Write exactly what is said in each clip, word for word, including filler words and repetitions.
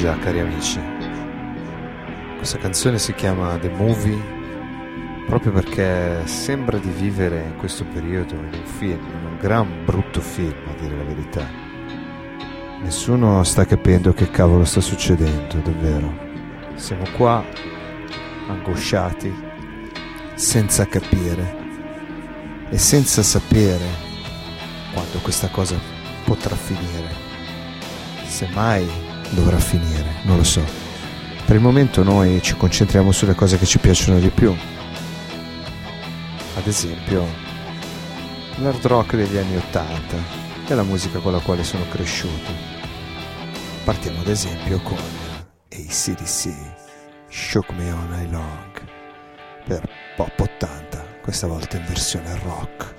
già, cari amici. Questa canzone si chiama The Movie proprio perché sembra di vivere in questo periodo in un film, in un gran brutto film, a dire la verità. Nessuno sta capendo che cavolo sta succedendo, davvero. Siamo qua, angosciati, senza capire e senza sapere quando questa cosa potrà finire. Se mai dovrà finire, non lo so. Per il momento noi ci concentriamo sulle cose che ci piacciono di più. Ad esempio, l'hard rock degli anni ottanta è la musica con la quale sono cresciuto. Partiamo ad esempio con A C D C, Shook Me All Night Long, per Pop ottanta, questa volta in versione rock.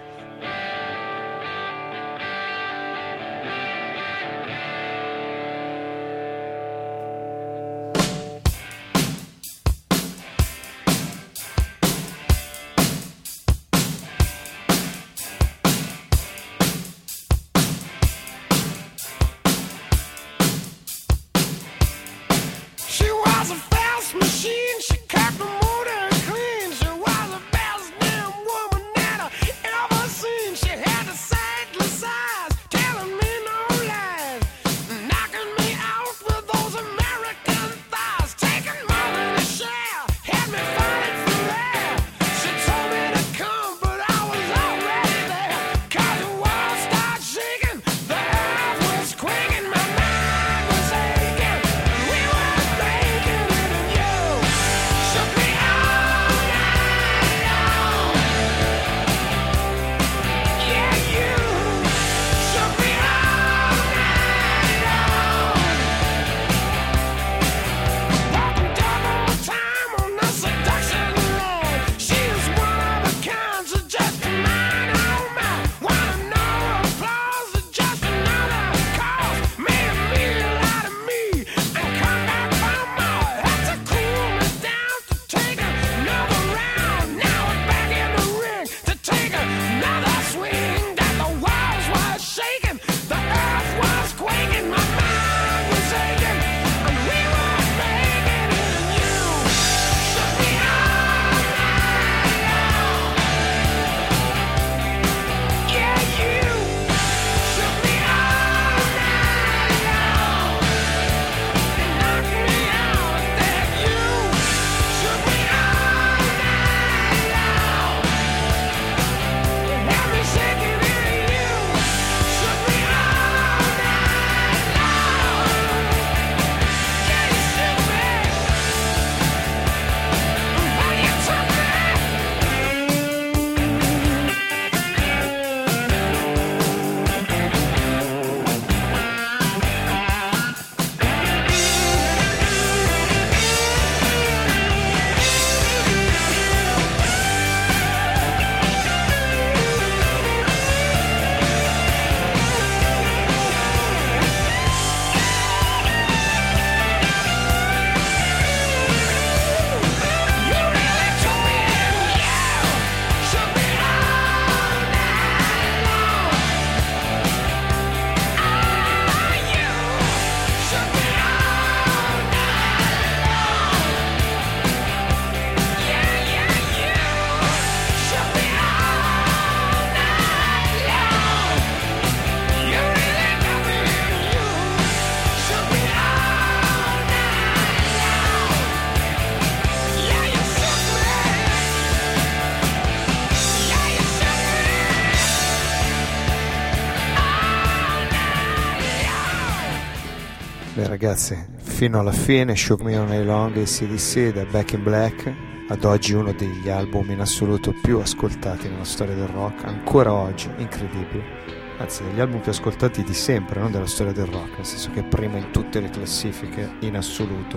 Beh ragazzi, fino alla fine Shook Me All Night Long e A C D C da Back in Black, ad oggi uno degli album in assoluto più ascoltati nella storia del rock, ancora oggi, incredibile, anzi degli album più ascoltati di sempre, non della storia del rock, nel senso che è prima in tutte le classifiche in assoluto.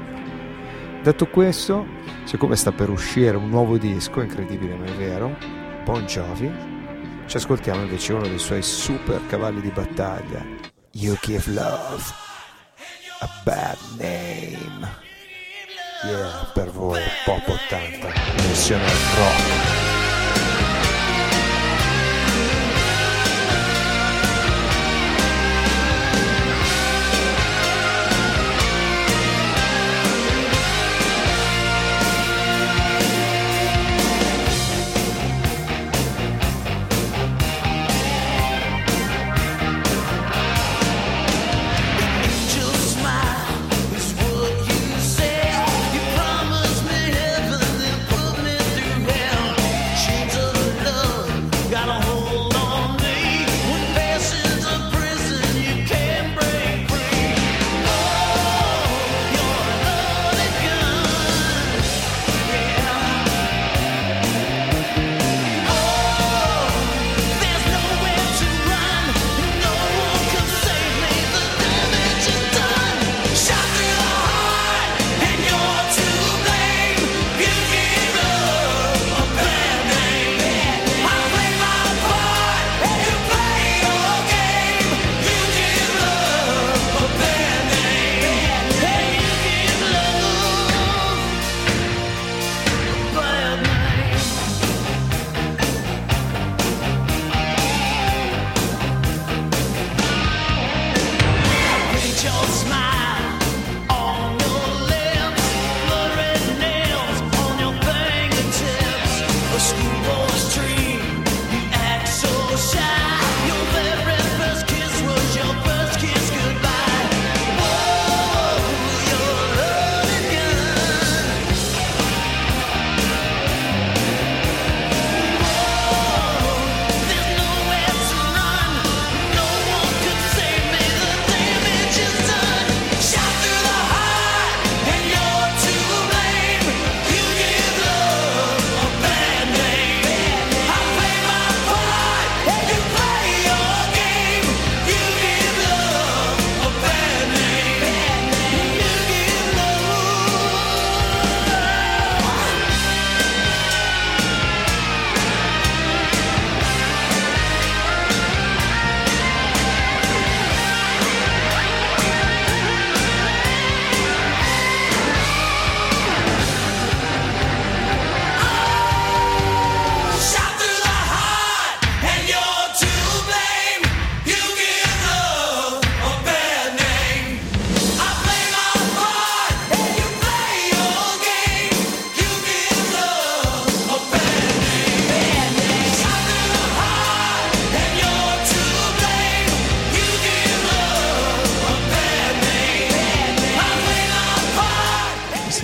Detto questo, siccome sta per uscire un nuovo disco, incredibile ma è vero, Bon Jovi, ci ascoltiamo invece uno dei suoi super cavalli di battaglia, You Give Love a Bad Name. Yeah, per voi Pop ottanta, versione rock.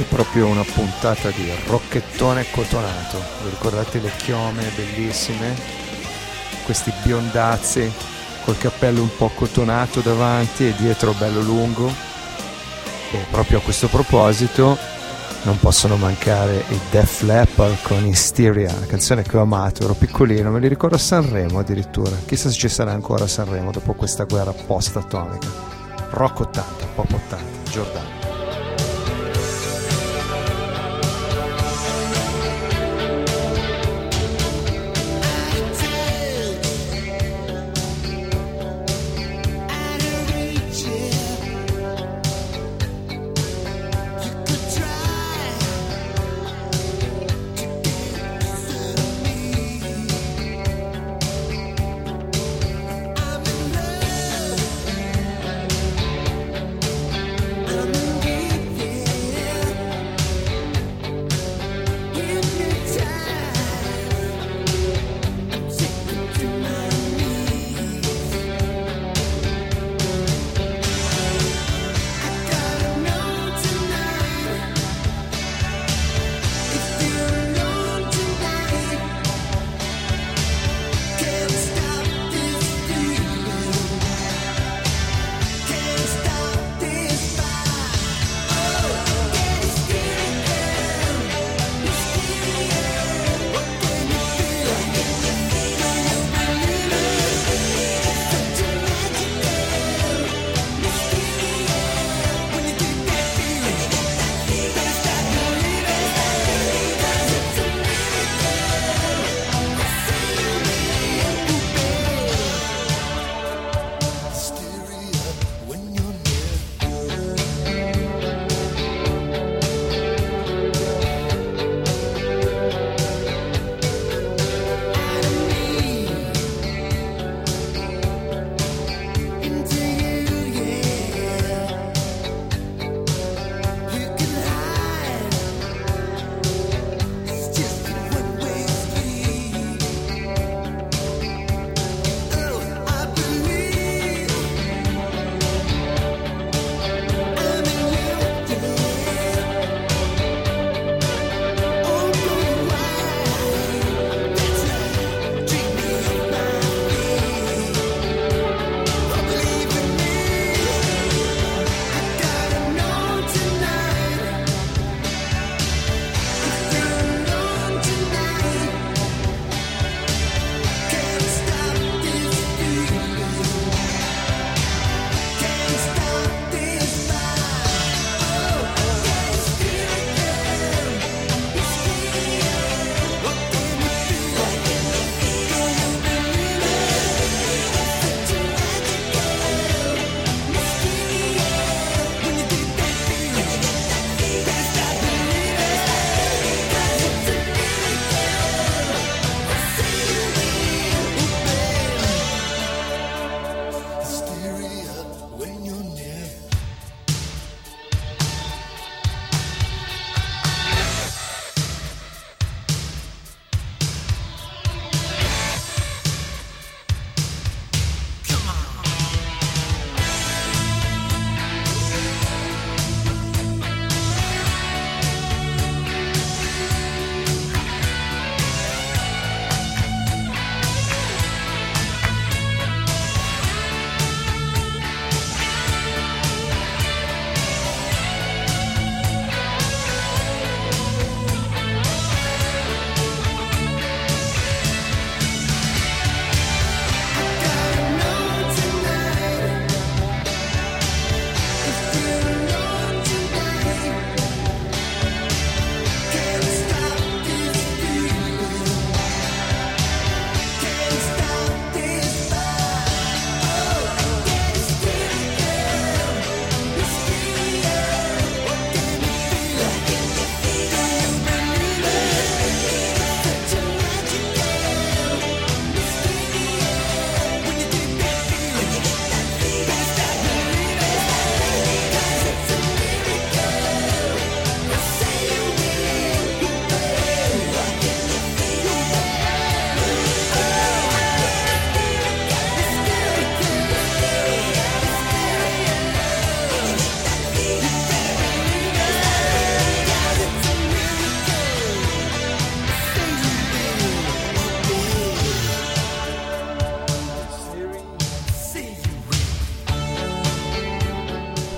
È proprio una puntata di rocchettone cotonato. Vi ricordate le chiome bellissime? Questi biondazzi col cappello un po' cotonato davanti e dietro bello lungo. E proprio a questo proposito non possono mancare i Def Leppard con Hysteria, una canzone che ho amato, ero piccolino, me li ricordo a Sanremo addirittura. Chissà se ci sarà ancora a Sanremo dopo questa guerra post-atomica. Rock ottanta, pop ottanta, Giordano. I'm in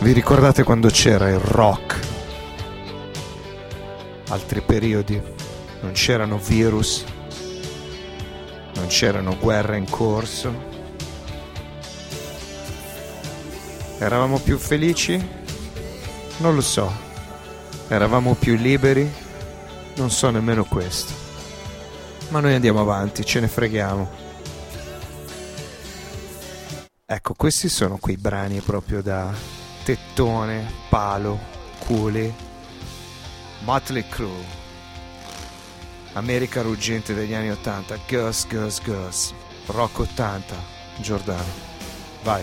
Vi ricordate quando c'era il rock? Altri periodi, non c'erano virus, non c'erano guerre in corso. Eravamo più felici? Non lo so. Eravamo più liberi? Non so nemmeno questo. Ma noi andiamo avanti, ce ne freghiamo. Ecco, questi sono quei brani proprio da tettone, palo, culi. Motley Crue, America ruggente degli anni ottanta, Girls, Girls, Girls, Rock ottanta, Giordano, vai.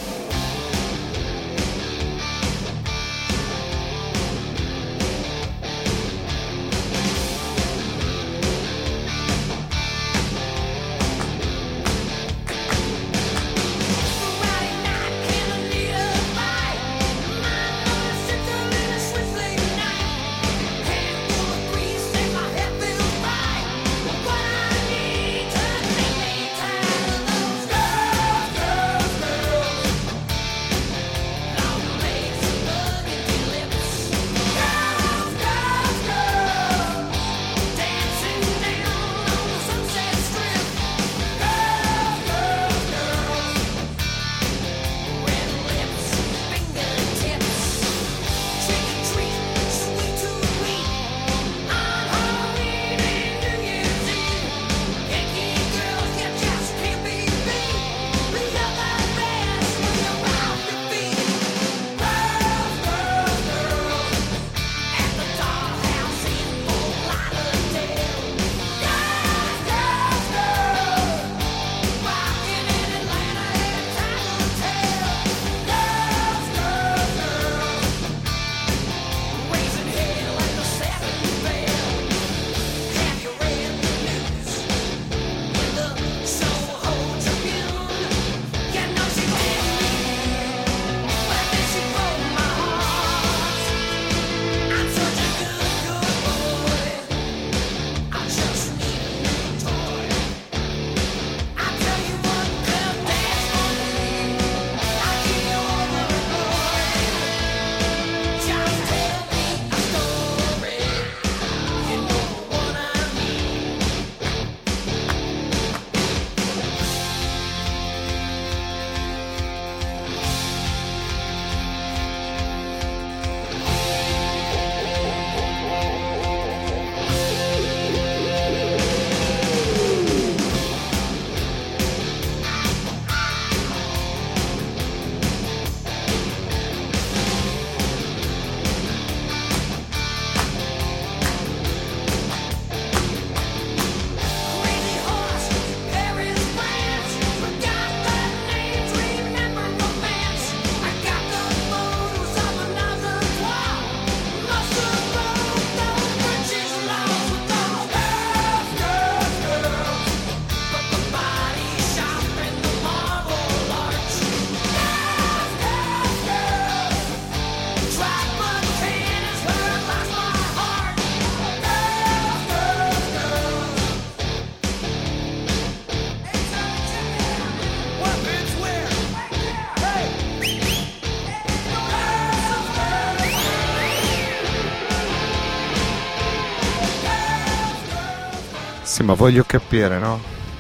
Sì, ma voglio capire, no?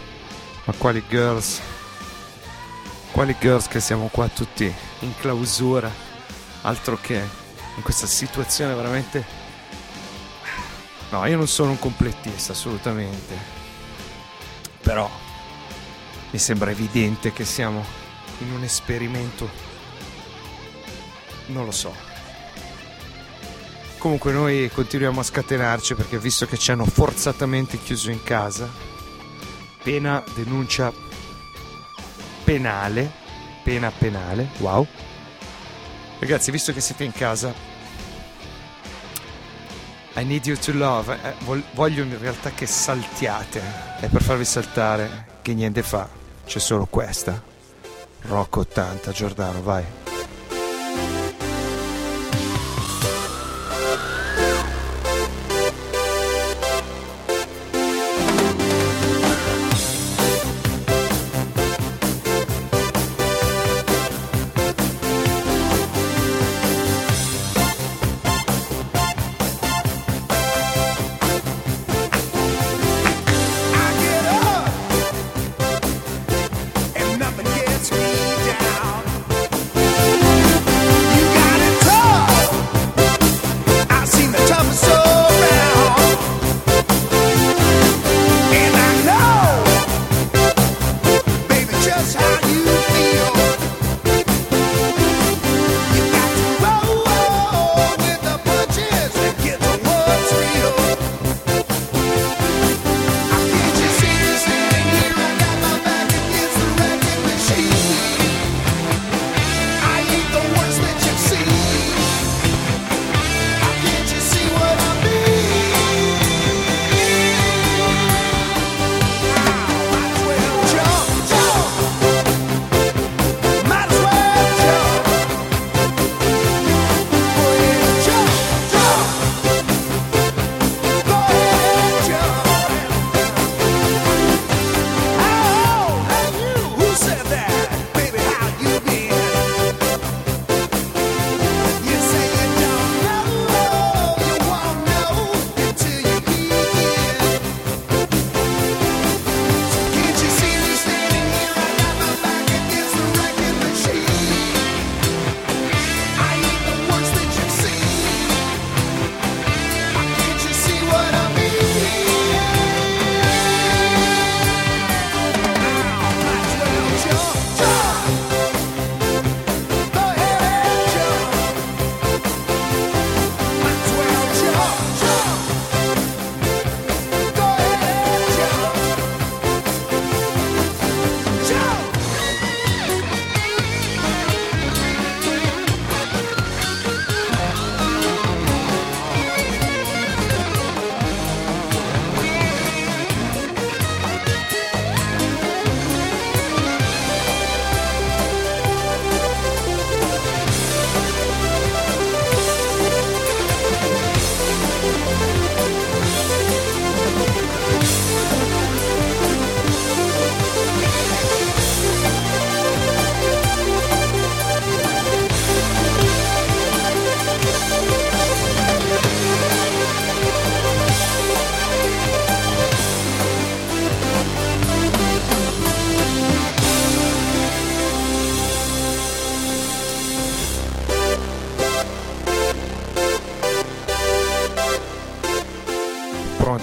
Ma quali girls? Quali girls che siamo qua tutti in clausura? Altro che in questa situazione veramente... No, io non sono un complettista, assolutamente. Però mi sembra evidente che siamo in un esperimento. Non lo so. Comunque noi continuiamo a scatenarci perché visto che ci hanno forzatamente chiuso in casa, pena denuncia penale, pena penale, wow. Ragazzi, visto che siete in casa, I need you to love, eh, voglio in realtà che saltiate, e per farvi saltare che niente fa, c'è solo questa, Rock ottanta, Giordano, vai.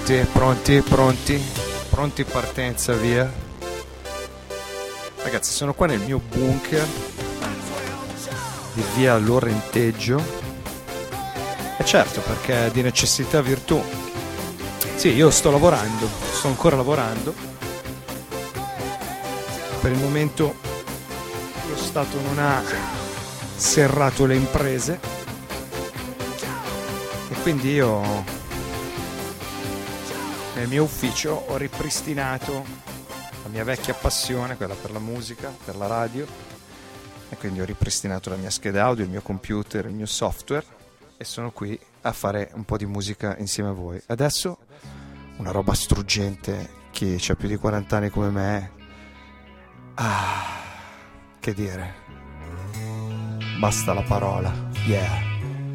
Pronti, pronti, pronti, pronti, partenza, via. Ragazzi, sono qua nel mio bunker di via Lorenteggio. E certo, perché di necessità virtù. Sì, io sto lavorando, sto ancora lavorando. Per il momento lo Stato non ha serrato le imprese e quindi io nel mio ufficio ho ripristinato la mia vecchia passione, quella per la musica, per la radio, e quindi ho ripristinato la mia scheda audio, il mio computer, il mio software, e sono qui a fare un po' di musica insieme a voi. Adesso una roba struggente, chi c'ha più di quaranta anni come me, ah, che dire, basta la parola, yeah.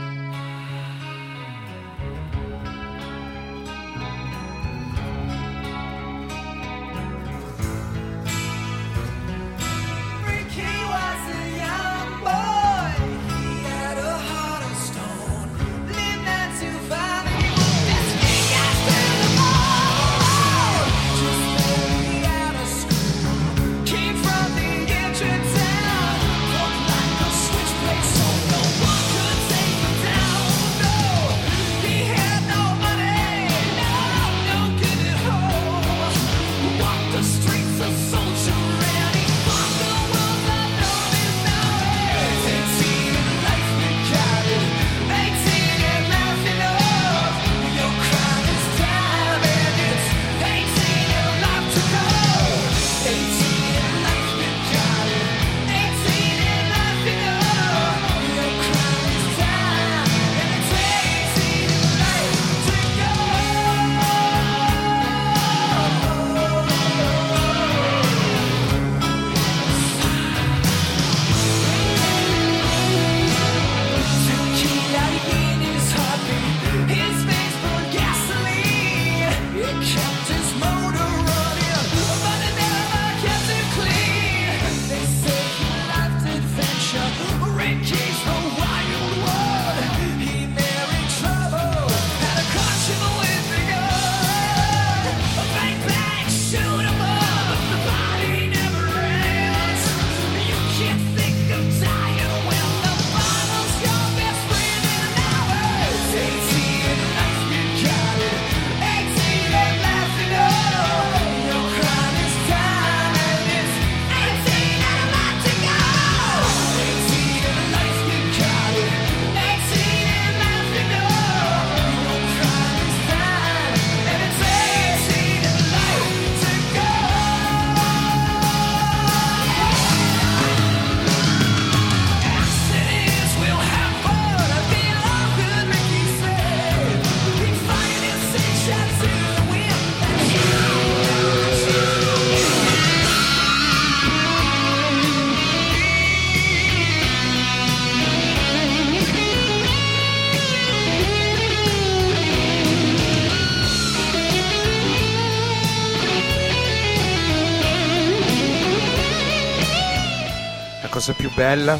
La cosa più bella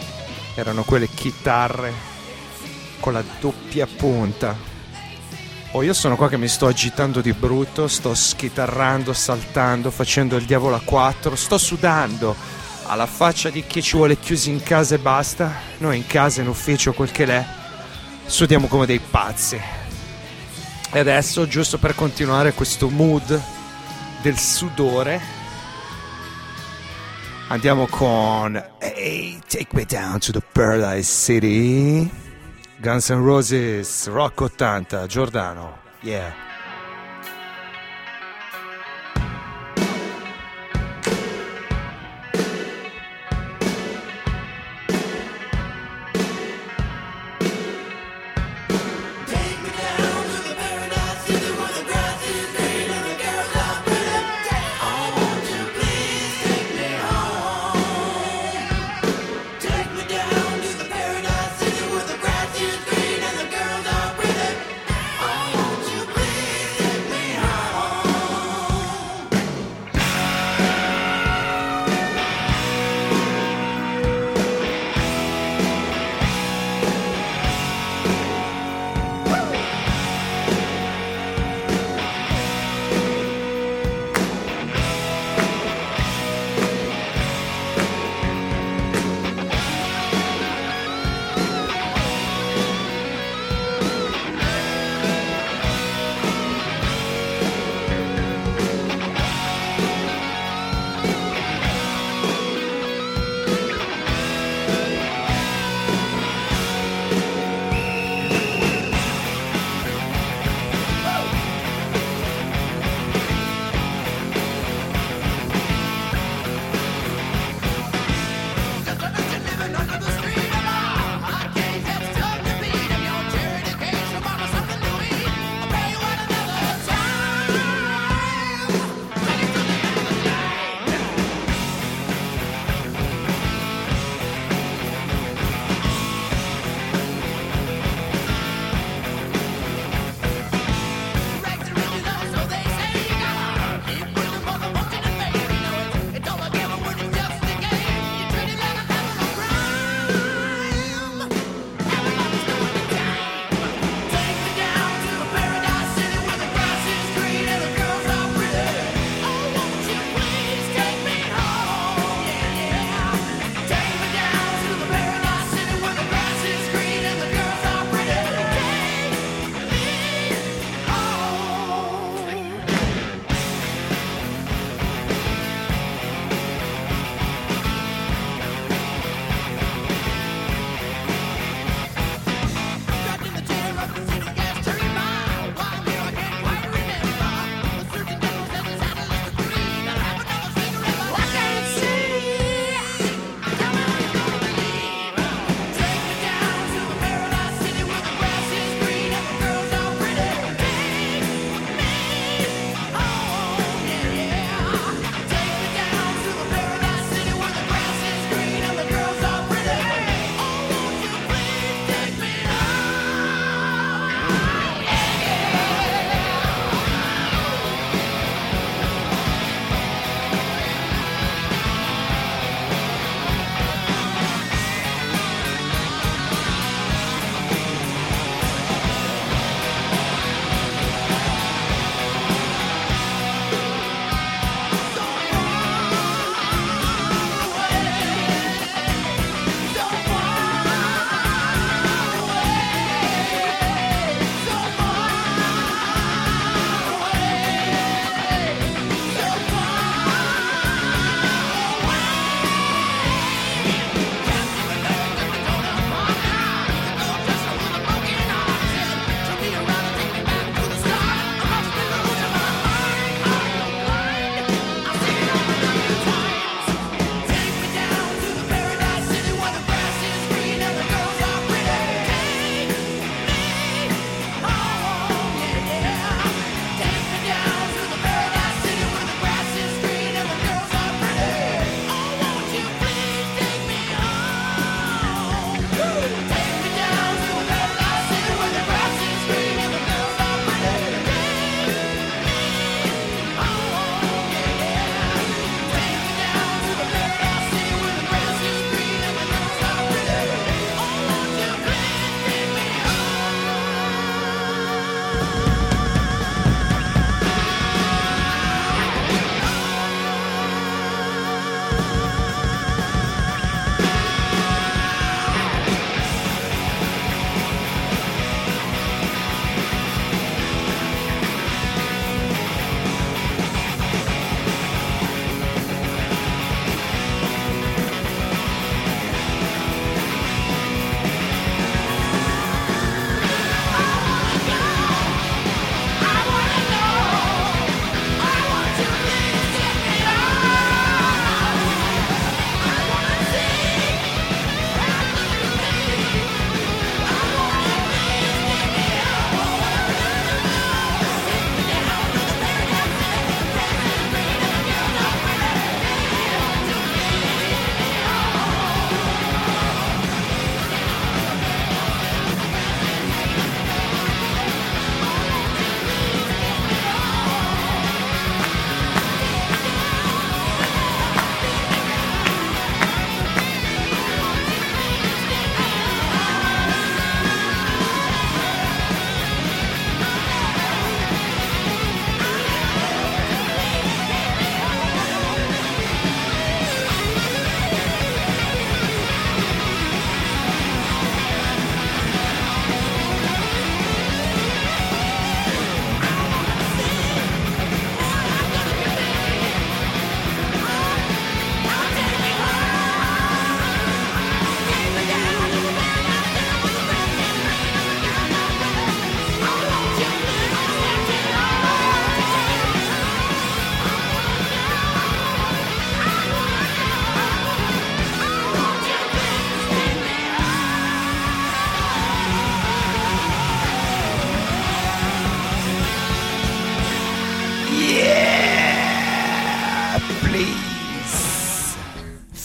erano quelle chitarre con la doppia punta. Oh, io sono qua che mi sto agitando di brutto, sto schitarrando, saltando, facendo il diavolo a quattro, sto sudando alla faccia di chi ci vuole chiusi in casa e basta. Noi in casa, in ufficio, quel che l'è, sudiamo come dei pazzi. E adesso, giusto per continuare questo mood del sudore, andiamo con Hey, Take Me Down to the Paradise City, Guns N' Roses, Rock ottanta, Giordano, yeah. Take me down to the paradise city where the girls are pretty. I want to be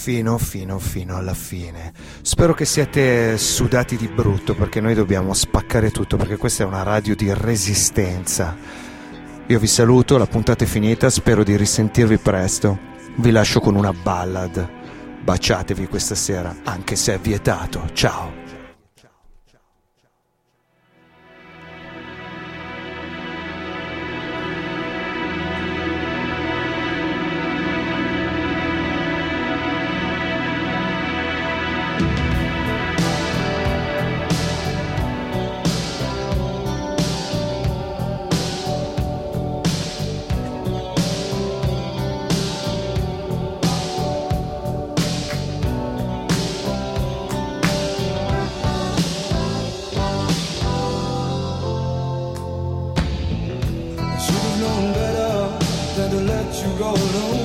fino fino fino alla fine. Spero che siate sudati di brutto, perché noi dobbiamo spaccare tutto, perché questa è una radio di resistenza. Io vi saluto, la puntata è finita, spero di risentirvi presto. Vi lascio con una ballad. Baciatevi questa sera, anche se è vietato. Ciao. Should've known better than to let you go alone.